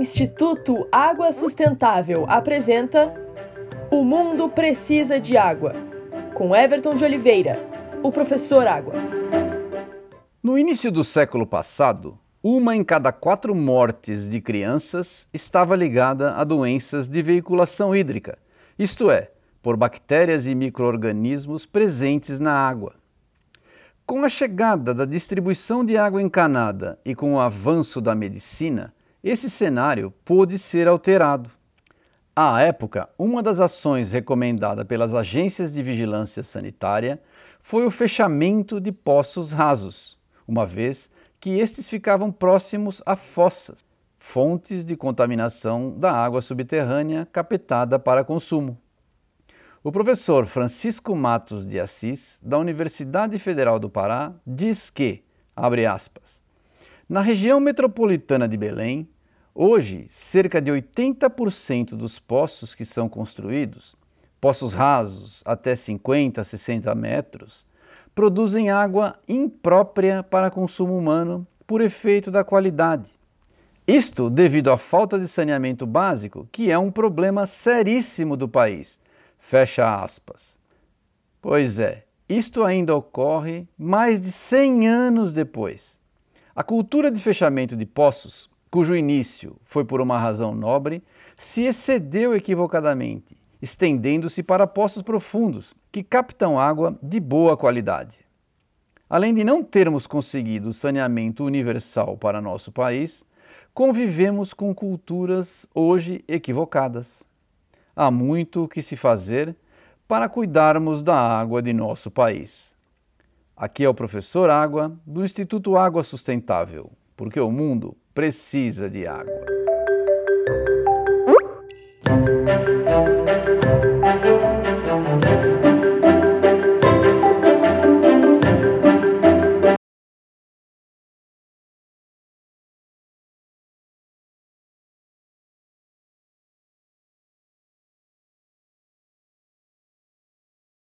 Instituto Água Sustentável apresenta O Mundo Precisa de Água, com Everton de Oliveira, o professor Água. No início do século passado, 1 em cada 4 mortes de crianças estava ligada a doenças de veiculação hídrica, isto é, por bactérias e micro-organismos presentes na água. Com a chegada da distribuição de água encanada e com o avanço da medicina, esse cenário pôde ser alterado. À época, uma das ações recomendadas pelas agências de vigilância sanitária foi o fechamento de poços rasos, uma vez que estes ficavam próximos a fossas, fontes de contaminação da água subterrânea captada para consumo. O professor Francisco Matos de Assis, da Universidade Federal do Pará, diz que, abre aspas, na região metropolitana de Belém, hoje cerca de 80% dos poços que são construídos, poços rasos até 50 a 60 metros, produzem água imprópria para consumo humano por efeito da qualidade. Isto devido à falta de saneamento básico, que é um problema seríssimo do país. Fecha aspas. Pois é, isto ainda ocorre mais de 100 anos depois. A cultura de fechamento de poços, cujo início foi por uma razão nobre, se excedeu equivocadamente, estendendo-se para poços profundos, que captam água de boa qualidade. Além de não termos conseguido o saneamento universal para nosso país, convivemos com culturas hoje equivocadas. Há muito o que se fazer para cuidarmos da água de nosso país. Aqui é o professor Água, do Instituto Água Sustentável, porque o mundo precisa de água.